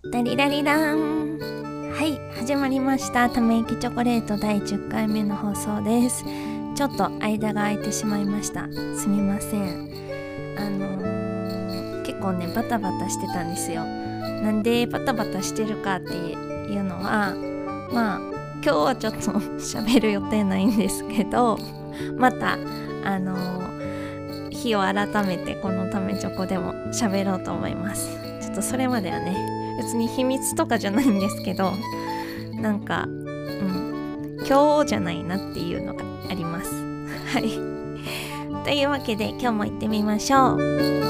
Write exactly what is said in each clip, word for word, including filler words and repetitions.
ダリラリラン。はい、始まりました。ため息チョコレートだいじゅっかいめの放送です。ちょっと間が空いてしまいました。すみません。あのー、結構ねバタバタしてたんですよ。なんでバタバタしてるかっていうのは、まあ今日はちょっと喋る予定ないんですけど、またあのー、日を改めてこのためチョコでも喋ろうと思います。ちょっとそれまではね、別に秘密とかじゃないんですけど、なんか、うん、今日じゃないなっていうのがあります。はい。というわけで今日も行ってみましょう。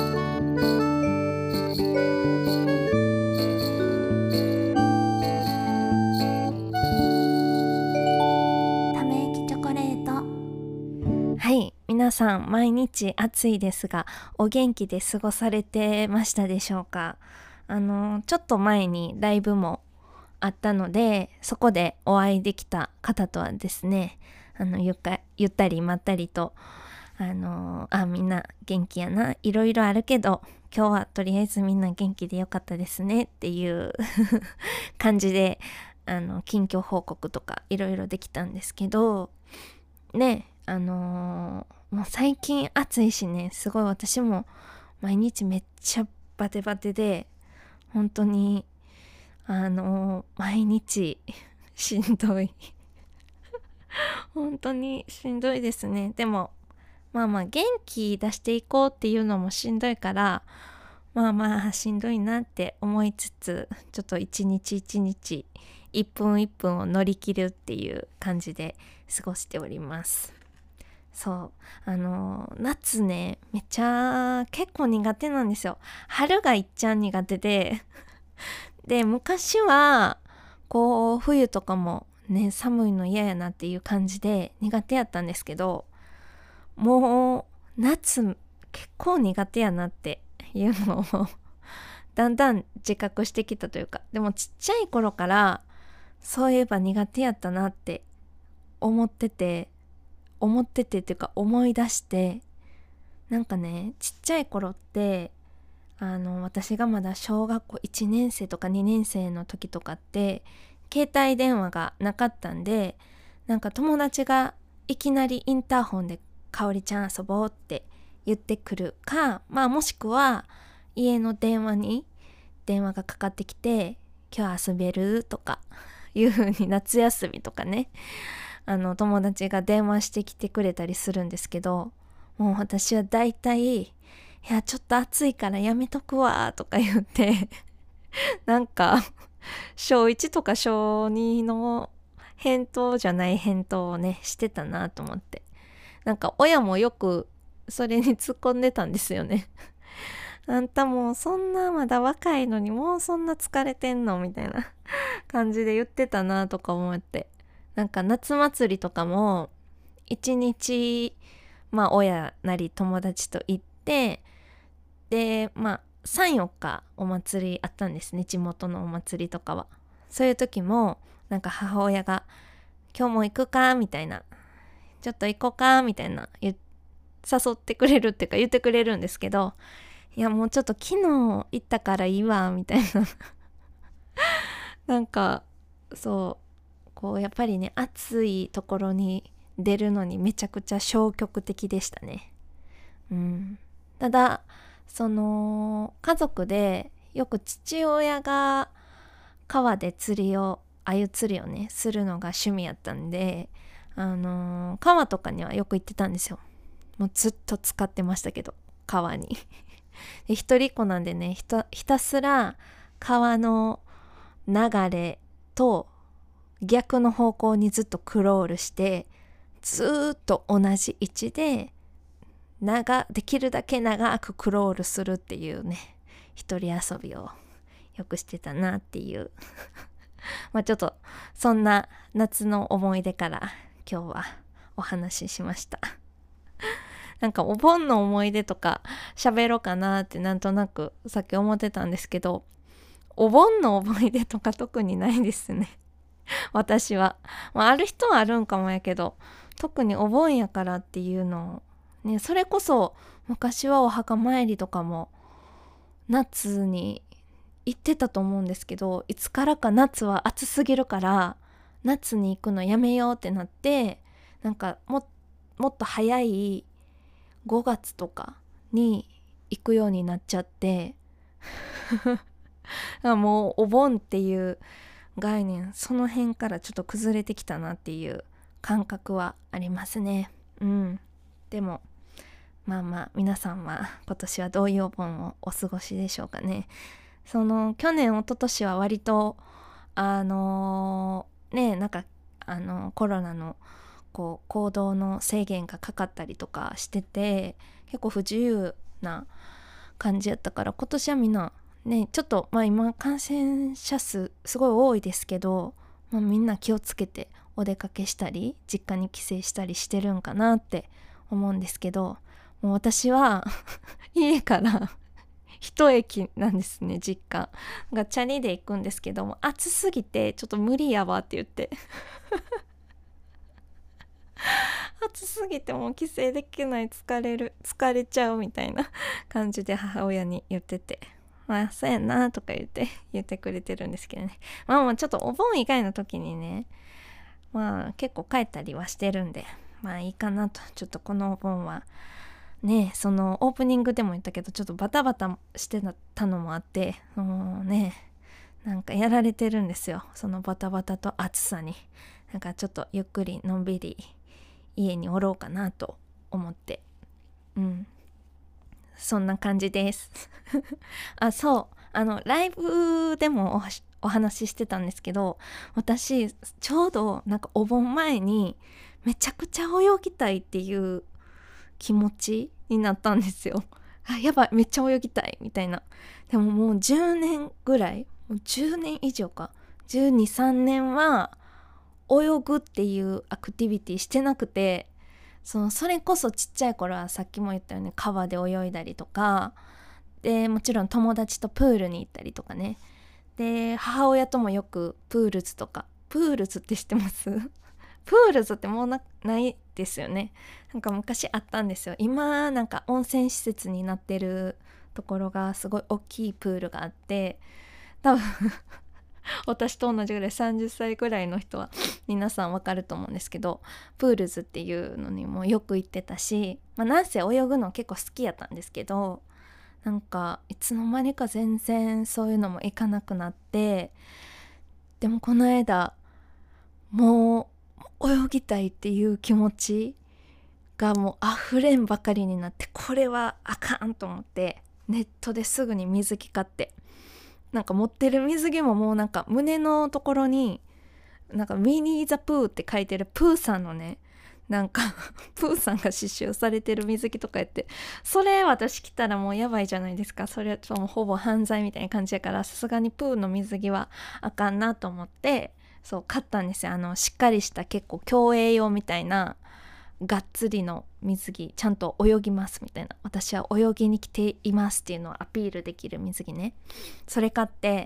ため息チョコレート。はい、皆さん毎日暑いですが、お元気で過ごされてましたでしょうか？あのちょっと前にライブもあったので、そこでお会いできた方とはですね、あのゆかゆったりまったりと、あのあみんな元気やな、いろいろあるけど今日はとりあえずみんな元気でよかったですねっていう感じで、あの近況報告とかいろいろできたんですけどね。あのー、もう最近暑いしね、すごい私も毎日めっちゃバテバテで、本当にあのー、毎日しんどい本当にしんどいですね。でもまあまあ元気出していこうっていうのもしんどいから、まあまあしんどいなって思いつつ、ちょっと一日一日一分一分を乗り切るっていう感じで過ごしております。そうあの夏ね、めっちゃ結構苦手なんですよ。春がいっちゃん苦手でで昔はこう冬とかもね、寒いの嫌やなっていう感じで苦手やったんですけど、もう夏結構苦手やなっていうのをだんだん自覚してきたというか、でもちっちゃい頃からそういえば苦手やったなって思ってて思っててっていうか思い出して、なんかね、ちっちゃい頃ってあの私がまだ小学校いちねん生とかにねん生の時とかって携帯電話がなかったんで、なんか友達がいきなりインターホンでかおりちゃん遊ぼうって言ってくるか、まあもしくは家の電話に電話がかかってきて、今日遊べるとかいう風に夏休みとかね、あの友達が電話してきてくれたりするんですけど、もう私はだいたいいやちょっと暑いからやめとくわとか言ってなんか小いちとか小にの返答じゃない返答をねしてたなと思って、なんか親もよくそれに突っ込んでたんですよね。あんたもうそんなまだ若いのにもうそんな疲れてんのみたいな感じで言ってたなとか思って、なんか夏祭りとかも一日まあ親なり友達と行って、でまあさん、よっかお祭りあったんですね、地元のお祭りとかは。そういう時もなんか母親が今日も行くかみたいな、ちょっと行こうかみたいな誘ってくれるっていうか言ってくれるんですけど、いやもうちょっと昨日行ったからいいわみたいななんかそうこうやっぱりね、暑いところに出るのにめちゃくちゃ消極的でしたね。うん。ただその家族でよく父親が川で釣りを鮎釣りをねするのが趣味やったんで、あのー、川とかにはよく行ってたんですよ。もうずっと使ってましたけど川にで一人っ子なんでね、ひたひたすら川の流れと逆の方向にずっとクロールして、ずっと同じ位置で長できるだけ長くクロールするっていうね、一人遊びをよくしてたなっていうまあちょっとそんな夏の思い出から今日はお話ししましたなんかお盆の思い出とか喋ろうかなってなんとなくさっき思ってたんですけど、お盆の思い出とか特にないですね私は、まあ、ある人はあるんかもやけど、特にお盆やからっていうのをね、それこそ昔はお墓参りとかも夏に言ってたと思うんですけど、いつからか夏は暑すぎるから夏に行くのやめようってなって、なんかももっと早いごがつとかに行くようになっちゃってもうお盆っていう概念、その辺からちょっと崩れてきたなっていう感覚はありますね。うん。でもまあまあ皆さんは今年はどういうお盆をお過ごしでしょうかね。その去年一昨年は割とあのー、ねなんかあのコロナのこう行動の制限がかかったりとかしてて、結構不自由な感じやったから、今年はみんなねちょっとまあ今感染者数すごい多いですけど、まあ、みんな気をつけてお出かけしたり実家に帰省したりしてるんかなって思うんですけど、もう私は家から一駅なんですね、実家が。チャリで行くんですけども、暑すぎてちょっと無理やわって言って暑すぎてもう帰省できない、疲れる疲れちゃうみたいな感じで母親に言ってて、まあそうやなとか言って言ってくれてるんですけどね。まあもうちょっとお盆以外の時にね、まあ結構帰ったりはしてるんで、まあいいかなと。ちょっとこのお盆はね、そのオープニングでも言ったけどちょっとバタバタしてたのもあって、もうねなんかやられてるんですよ、そのバタバタと暑さに。なんかちょっとゆっくりのんびり家におろうかなと思って、うんそんな感じですあ、そうあのライブでも お, お話ししてたんですけど、私ちょうどなんかお盆前にめちゃくちゃ泳ぎたいっていう気持ちになったんですよ。あ、やばいめっちゃ泳ぎたいみたいな。でももうじゅうねんぐらい、もうじゅうねん以上か、じゅうに、さんねんは泳ぐっていうアクティビティしてなくて、そのそれこそちっちゃい頃はさっきも言ったように川で泳いだりとかで、もちろん友達とプールに行ったりとかね。で母親ともよくプールズとか、プールズって知ってますプールズってもう な, ないですよね。なんか昔あったんですよ。今なんか温泉施設になってるところがすごい大きいプールがあって、多分私と同じぐらいさんじゅっさいぐらいの人は皆さんわかると思うんですけど、プールズっていうのにもよく行ってたし、まあ、なんせ泳ぐの結構好きやったんですけど、なんかいつの間にか全然そういうのも行かなくなって、でもこの間もう泳ぎたいっていう気持ちがもう溢れんばかりになって、これはあかんと思ってネットですぐに水着買って、なんか持ってる水着ももうなんか胸のところになんかウィニー・ザ・プーって書いてるプーさんのね、なんかプーさんが刺繍されてる水着とかやって、それ私着たらもうやばいじゃないですか。それはちょっともうほぼ犯罪みたいな感じやから、さすがにプーの水着はあかんなと思って、そう買ったんですよ。あのしっかりした結構競泳用みたいながっつりの水着、ちゃんと泳ぎますみたいな、私は泳ぎに来ていますっていうのをアピールできる水着ね。それ買って、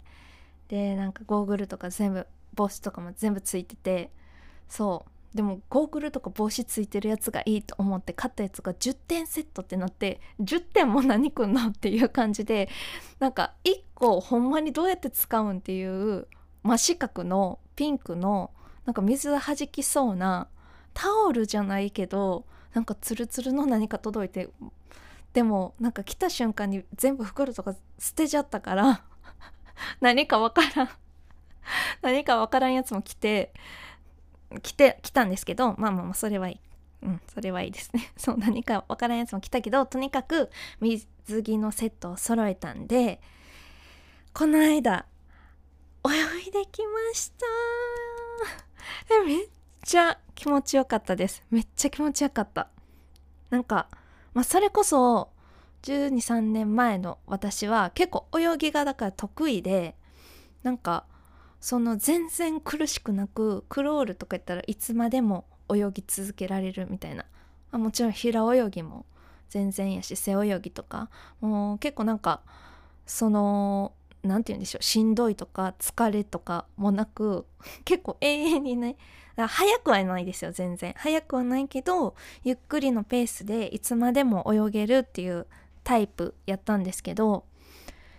でなんかゴーグルとか全部帽子とかも全部ついてて、そうでもゴーグルとか帽子ついてるやつがいいと思って買ったやつがじゅってんセットってなって、じゅってんも何くんのっていう感じで、なんかいっこほんまにどうやって使うんっていう真四角のピンクのなんか水はじきそうなタオルじゃないけどなんかツルツルの何か届いて、でもなんか来た瞬間に全部袋とか捨てちゃったから何かわからん何かわからんやつも来て来て来たんですけど、まあまあまあそれはいい、うんそれはいいですねそう何かわからんやつも来たけど、とにかく水着のセットを揃えたんで、この間泳いできましたえめっちゃ気持ちよかったです。めっちゃ気持ちよかった。なんか、まあ、それこそじゅうに、さんねんまえの私は結構泳ぎがだから得意で、なんかその全然苦しくなくクロールとかやったらいつまでも泳ぎ続けられるみたいな、あもちろん平泳ぎも全然やし、背泳ぎとかもう結構なんかそのなんて言うんでしょう、しんどいとか疲れとかもなく結構永遠にね、速くはないですよ、全然速くはないけどゆっくりのペースでいつまでも泳げるっていうタイプやったんですけど、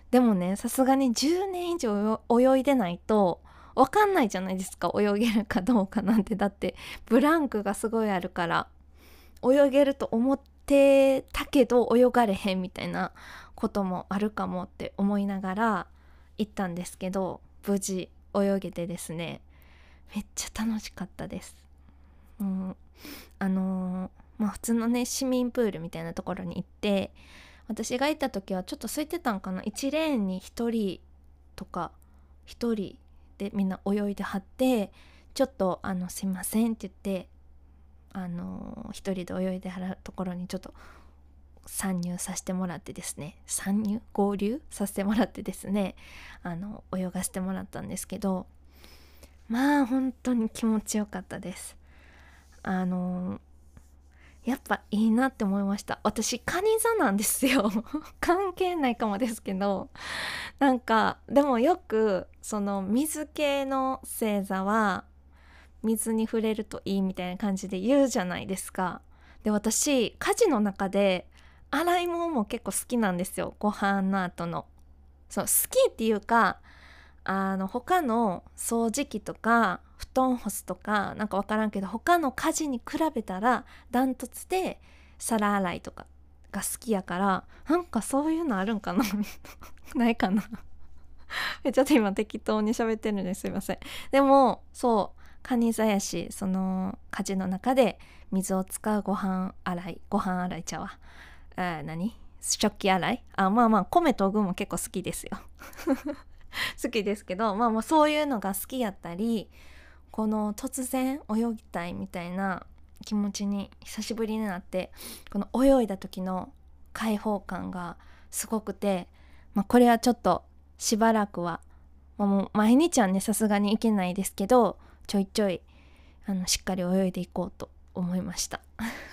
でもね、さすがにじゅうねん以上泳いでないとわかんないじゃないですか、泳げるかどうかなんて。だってブランクがすごいあるから、泳げると思ってたけど泳がれへんみたいなこともあるかもって思いながら行ったんですけど、無事泳げてですね、めっちゃ楽しかったです。うん、あのーまあ普通のね市民プールみたいなところに行って、私が行った時はちょっと空いてたんかな、いちレーンにひとりとかひとりでみんな泳いではって、ちょっとあのすいませんって言って、あのー、一人で泳いではるところにちょっと参入させてもらってですね、参入合流させてもらってですね、あの泳がせてもらったんですけど、まあ本当に気持ちよかったです。あのーやっぱいいなって思いました。私カニ座なんですよ関係ないかもですけど、なんかでもよくその水系の星座は水に触れるといいみたいな感じで言うじゃないですか。で、私家事の中で洗い物も結構好きなんですよ、ご飯の後の。そう、好きっていうか、あの他の掃除機とか布団干すとかなんか分からんけど、他の家事に比べたらダントツで皿洗いとかが好きやから、なんかそういうのあるんかなないかなちょっと今適当に喋ってるんですいません。でもそうカニ座やし、その家事の中で水を使うご飯洗いご飯洗いちゃうわ、あ何食器洗い、あまあまあ米と具も結構好きですよ好きですけど、まあまあそういうのが好きやったり、この突然泳ぎたいみたいな気持ちに久しぶりになって、この泳いだ時の開放感がすごくて、まあ、これはちょっとしばらくは、まあ、もう毎日はねさすがに行けないですけど、ちょいちょいあのしっかり泳いでいこうと思いました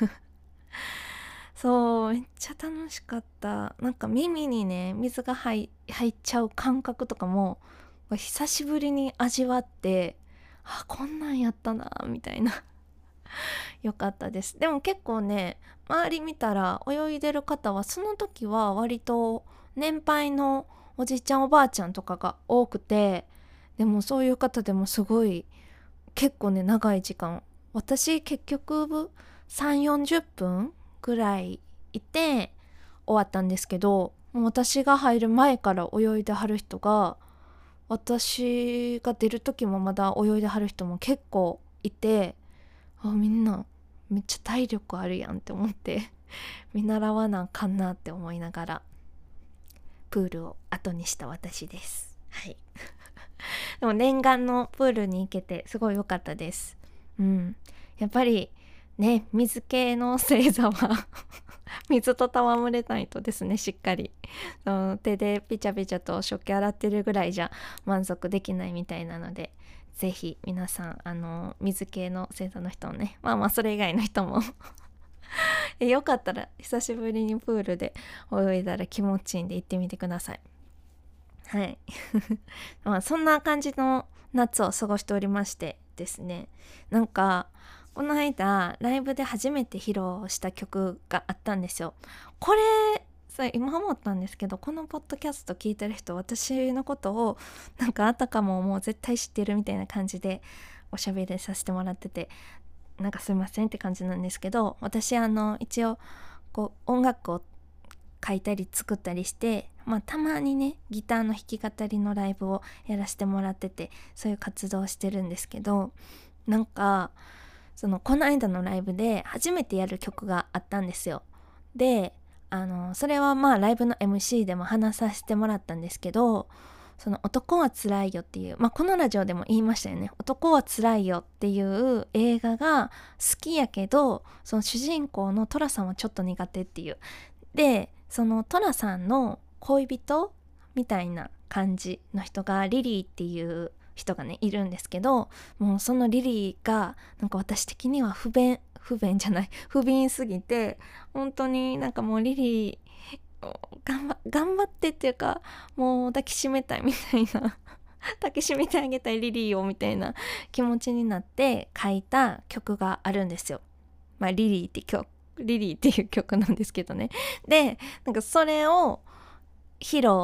そう、めっちゃ楽しかった。なんか耳にね水が入入っちゃう感覚とかも久しぶりに味わって、あこんなんやったなみたいなよかったです。でも結構ね、周り見たら泳いでる方はその時は割と年配のおじいちゃんおばあちゃんとかが多くて、でもそういう方でもすごい結構ね長い時間、私結局さんじゅうよんじゅっぷんぐらいいて終わったんですけど、もう私が入る前から泳いではる人が、私が出る時もまだ泳いではる人も結構いて、あみんなめっちゃ体力あるやんって思って見習わなあかんなって思いながらプールを後にした私です。はいでも念願のプールに行けてすごい良かったです。うん、やっぱりね水系の星座は水と戯れないとですね、しっかり手でピチャピチャと食器洗ってるぐらいじゃ満足できないみたいなので、ぜひ皆さんあの水系の星座の人もね、まあまあそれ以外の人もよかったら久しぶりにプールで泳いだら気持ちいいんで行ってみてください。はいまあそんな感じの夏を過ごしておりましてですね、なんかこの間ライブで初めて披露した曲があったんですよ。これさ今思ったんですけど、このポッドキャスト聞いてる人、私のことをなんかあたかももう絶対知ってるみたいな感じでおしゃべりさせてもらってて、なんかすいませんって感じなんですけど、私あの一応こう音楽を書いたり作ったりして、まあ、たまにねギターの弾き語りのライブをやらせてもらってて、そういう活動をしてるんですけど、なんかそのこの間のライブで初めてやる曲があったんですよ。であのそれはまあライブの エムシー でも話させてもらったんですけど、その男はつらいよっていう、まあこのラジオでも言いましたよね、男はつらいよっていう映画が好きやけど、その主人公のトラさんはちょっと苦手っていう。でそのトラさんの恋人みたいな感じの人がリリーっていう人がねいるんですけど、もうそのリリーがなんか私的には不便不便じゃない不憫すぎて、本当になんかもうリリー頑張頑張ってっていうか、もう抱きしめたいみたいな抱きしめてあげたいリリーをみたいな気持ちになって書いた曲があるんですよ。まあリリーって曲リリーっていう曲なんですけどね。でなんかそれを披露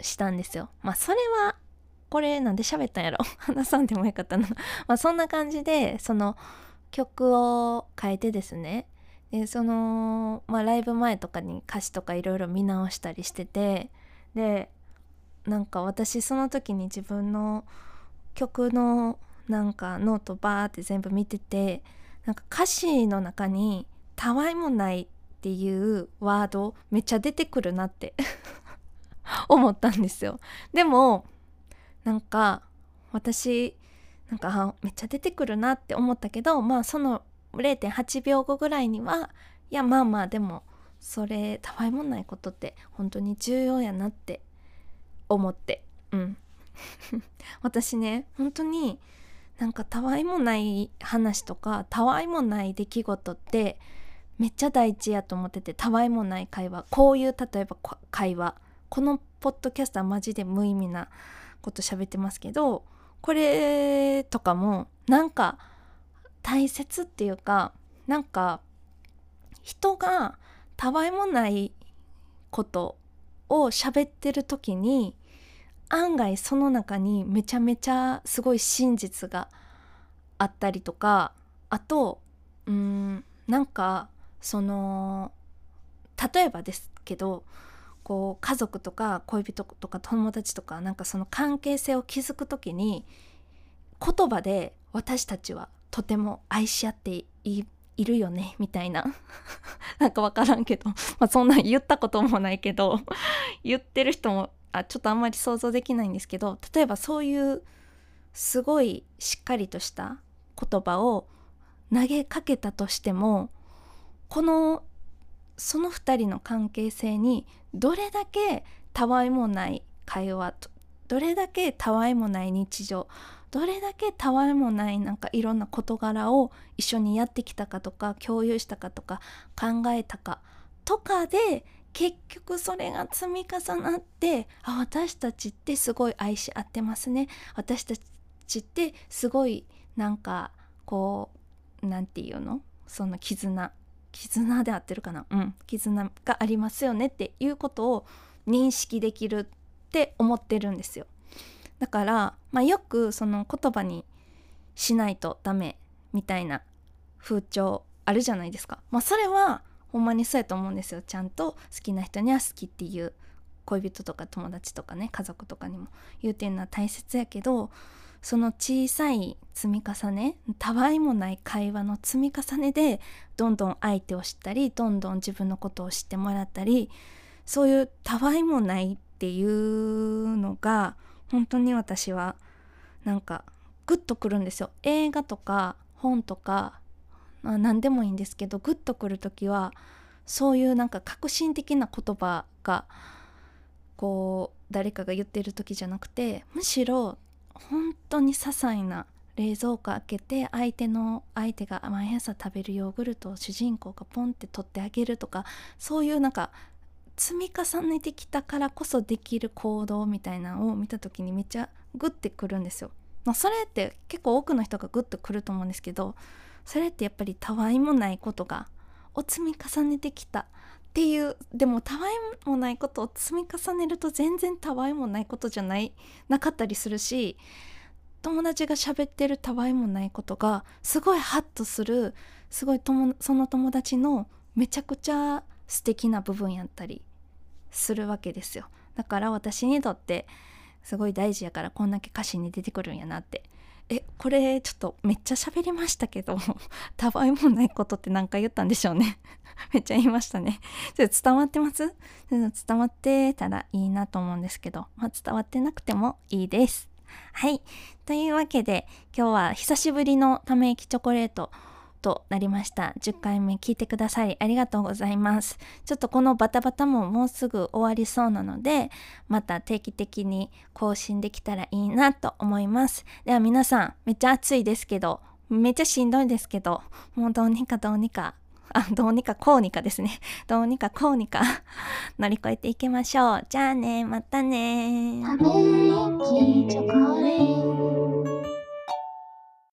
したんですよ。まあそれはこれなんで喋ったんやろ話さんでもよかったなまあそんな感じでその曲を変えてですね、でその、まあ、ライブ前とかに歌詞とかいろいろ見直したりしてて、でなんか私その時に自分の曲のなんかノートバーって全部見てて、なんか歌詞の中にたわいもないっていうワードめっちゃ出てくるなって思ったんですよ。でもなんか私なんかめっちゃ出てくるなって思ったけど、まあその れいてんはちびょうごぐらいにはいやまあまあでもそれたわいもないことって本当に重要やなって思って、うん私ね本当になんかたわいもない話とかたわいもない出来事ってめっちゃ大事やと思ってて、たわいもない会話、こういう例えば会話、このポッドキャストはマジで無意味なこと喋ってますけど、これとかもなんか大切っていうか、なんか人がたわいもないことを喋ってる時に案外その中にめちゃめちゃすごい真実があったりとか、あとうーんなんかその例えばですけど、こう家族とか恋人とか友達とかなんかその関係性を築くときに言葉で私たちはとても愛し合って い, いるよねみたいななんか分からんけど、まあ、そんな言ったこともないけど言ってる人もあちょっとあんまり想像できないんですけど、例えばそういうすごいしっかりとした言葉を投げかけたとしても、このそのふたりの関係性にどれだけたわいもない会話、どれだけたわいもない日常、どれだけたわいもないなんかいろんな事柄を一緒にやってきたかとか共有したかとか考えたかとかで、結局それが積み重なって、あ、私たちってすごい愛し合ってますね、私たちってすごいなんかこうなんていうの、その絆絆で合ってるかな、うん絆がありますよねっていうことを認識できるって思ってるんですよ。だから、まあ、よくその言葉にしないとダメみたいな風潮あるじゃないですか。まあそれはほんまにそうやと思うんですよ。ちゃんと好きな人には好きっていう、恋人とか友達とかね、家族とかにも言うてるのは大切やけど、その小さい積み重ね、たわいもない会話の積み重ねでどんどん相手を知ったり、どんどん自分のことを知ってもらったり、そういうたわいもないっていうのが本当に私はなんかグッとくるんですよ。映画とか本とか、まあ、何でもいいんですけど、グッとくるときはそういうなんか革新的な言葉がこう誰かが言ってる時じゃなくて、むしろ本当に些細な、冷蔵庫開けて相手の相手が毎朝食べるヨーグルトを主人公がポンって取ってあげるとか、そういうなんか積み重ねてきたからこそできる行動みたいなのを見た時にめっちゃグッてくるんですよ。まあ、それって結構多くの人がグッとくると思うんですけど、それってやっぱりたわいもないことがを積み重ねてきたっていう。でもたわいもないことを積み重ねると全然たわいもないことじゃないなかったりするし、友達が喋ってるたわいもないことがすごいハッとする、すごいともその友達のめちゃくちゃ素敵な部分やったりするわけですよ。だから私にとってすごい大事やから、こんだけ歌詞に出てくるんやなって。えこれちょっとめっちゃ喋りましたけどたわいもないことって何回言ったんでしょうねめっちゃ言いましたね。それ伝わってます？伝わってたらいいなと思うんですけど、まあ、伝わってなくてもいいです。はい、というわけで今日は久しぶりのため息チョコレートとなりました。じゅっかいめ聞いてくださりありがとうございます。ちょっとこのバタバタももうすぐ終わりそうなので、また定期的に更新できたらいいなと思います。では皆さん、めっちゃ暑いですけど、めっちゃしんどいですけど、もうどうにかどうにかあどうにかこうにかですねどうにかこうにか乗り越えていきましょう。じゃあね、またね。ため息チョコレート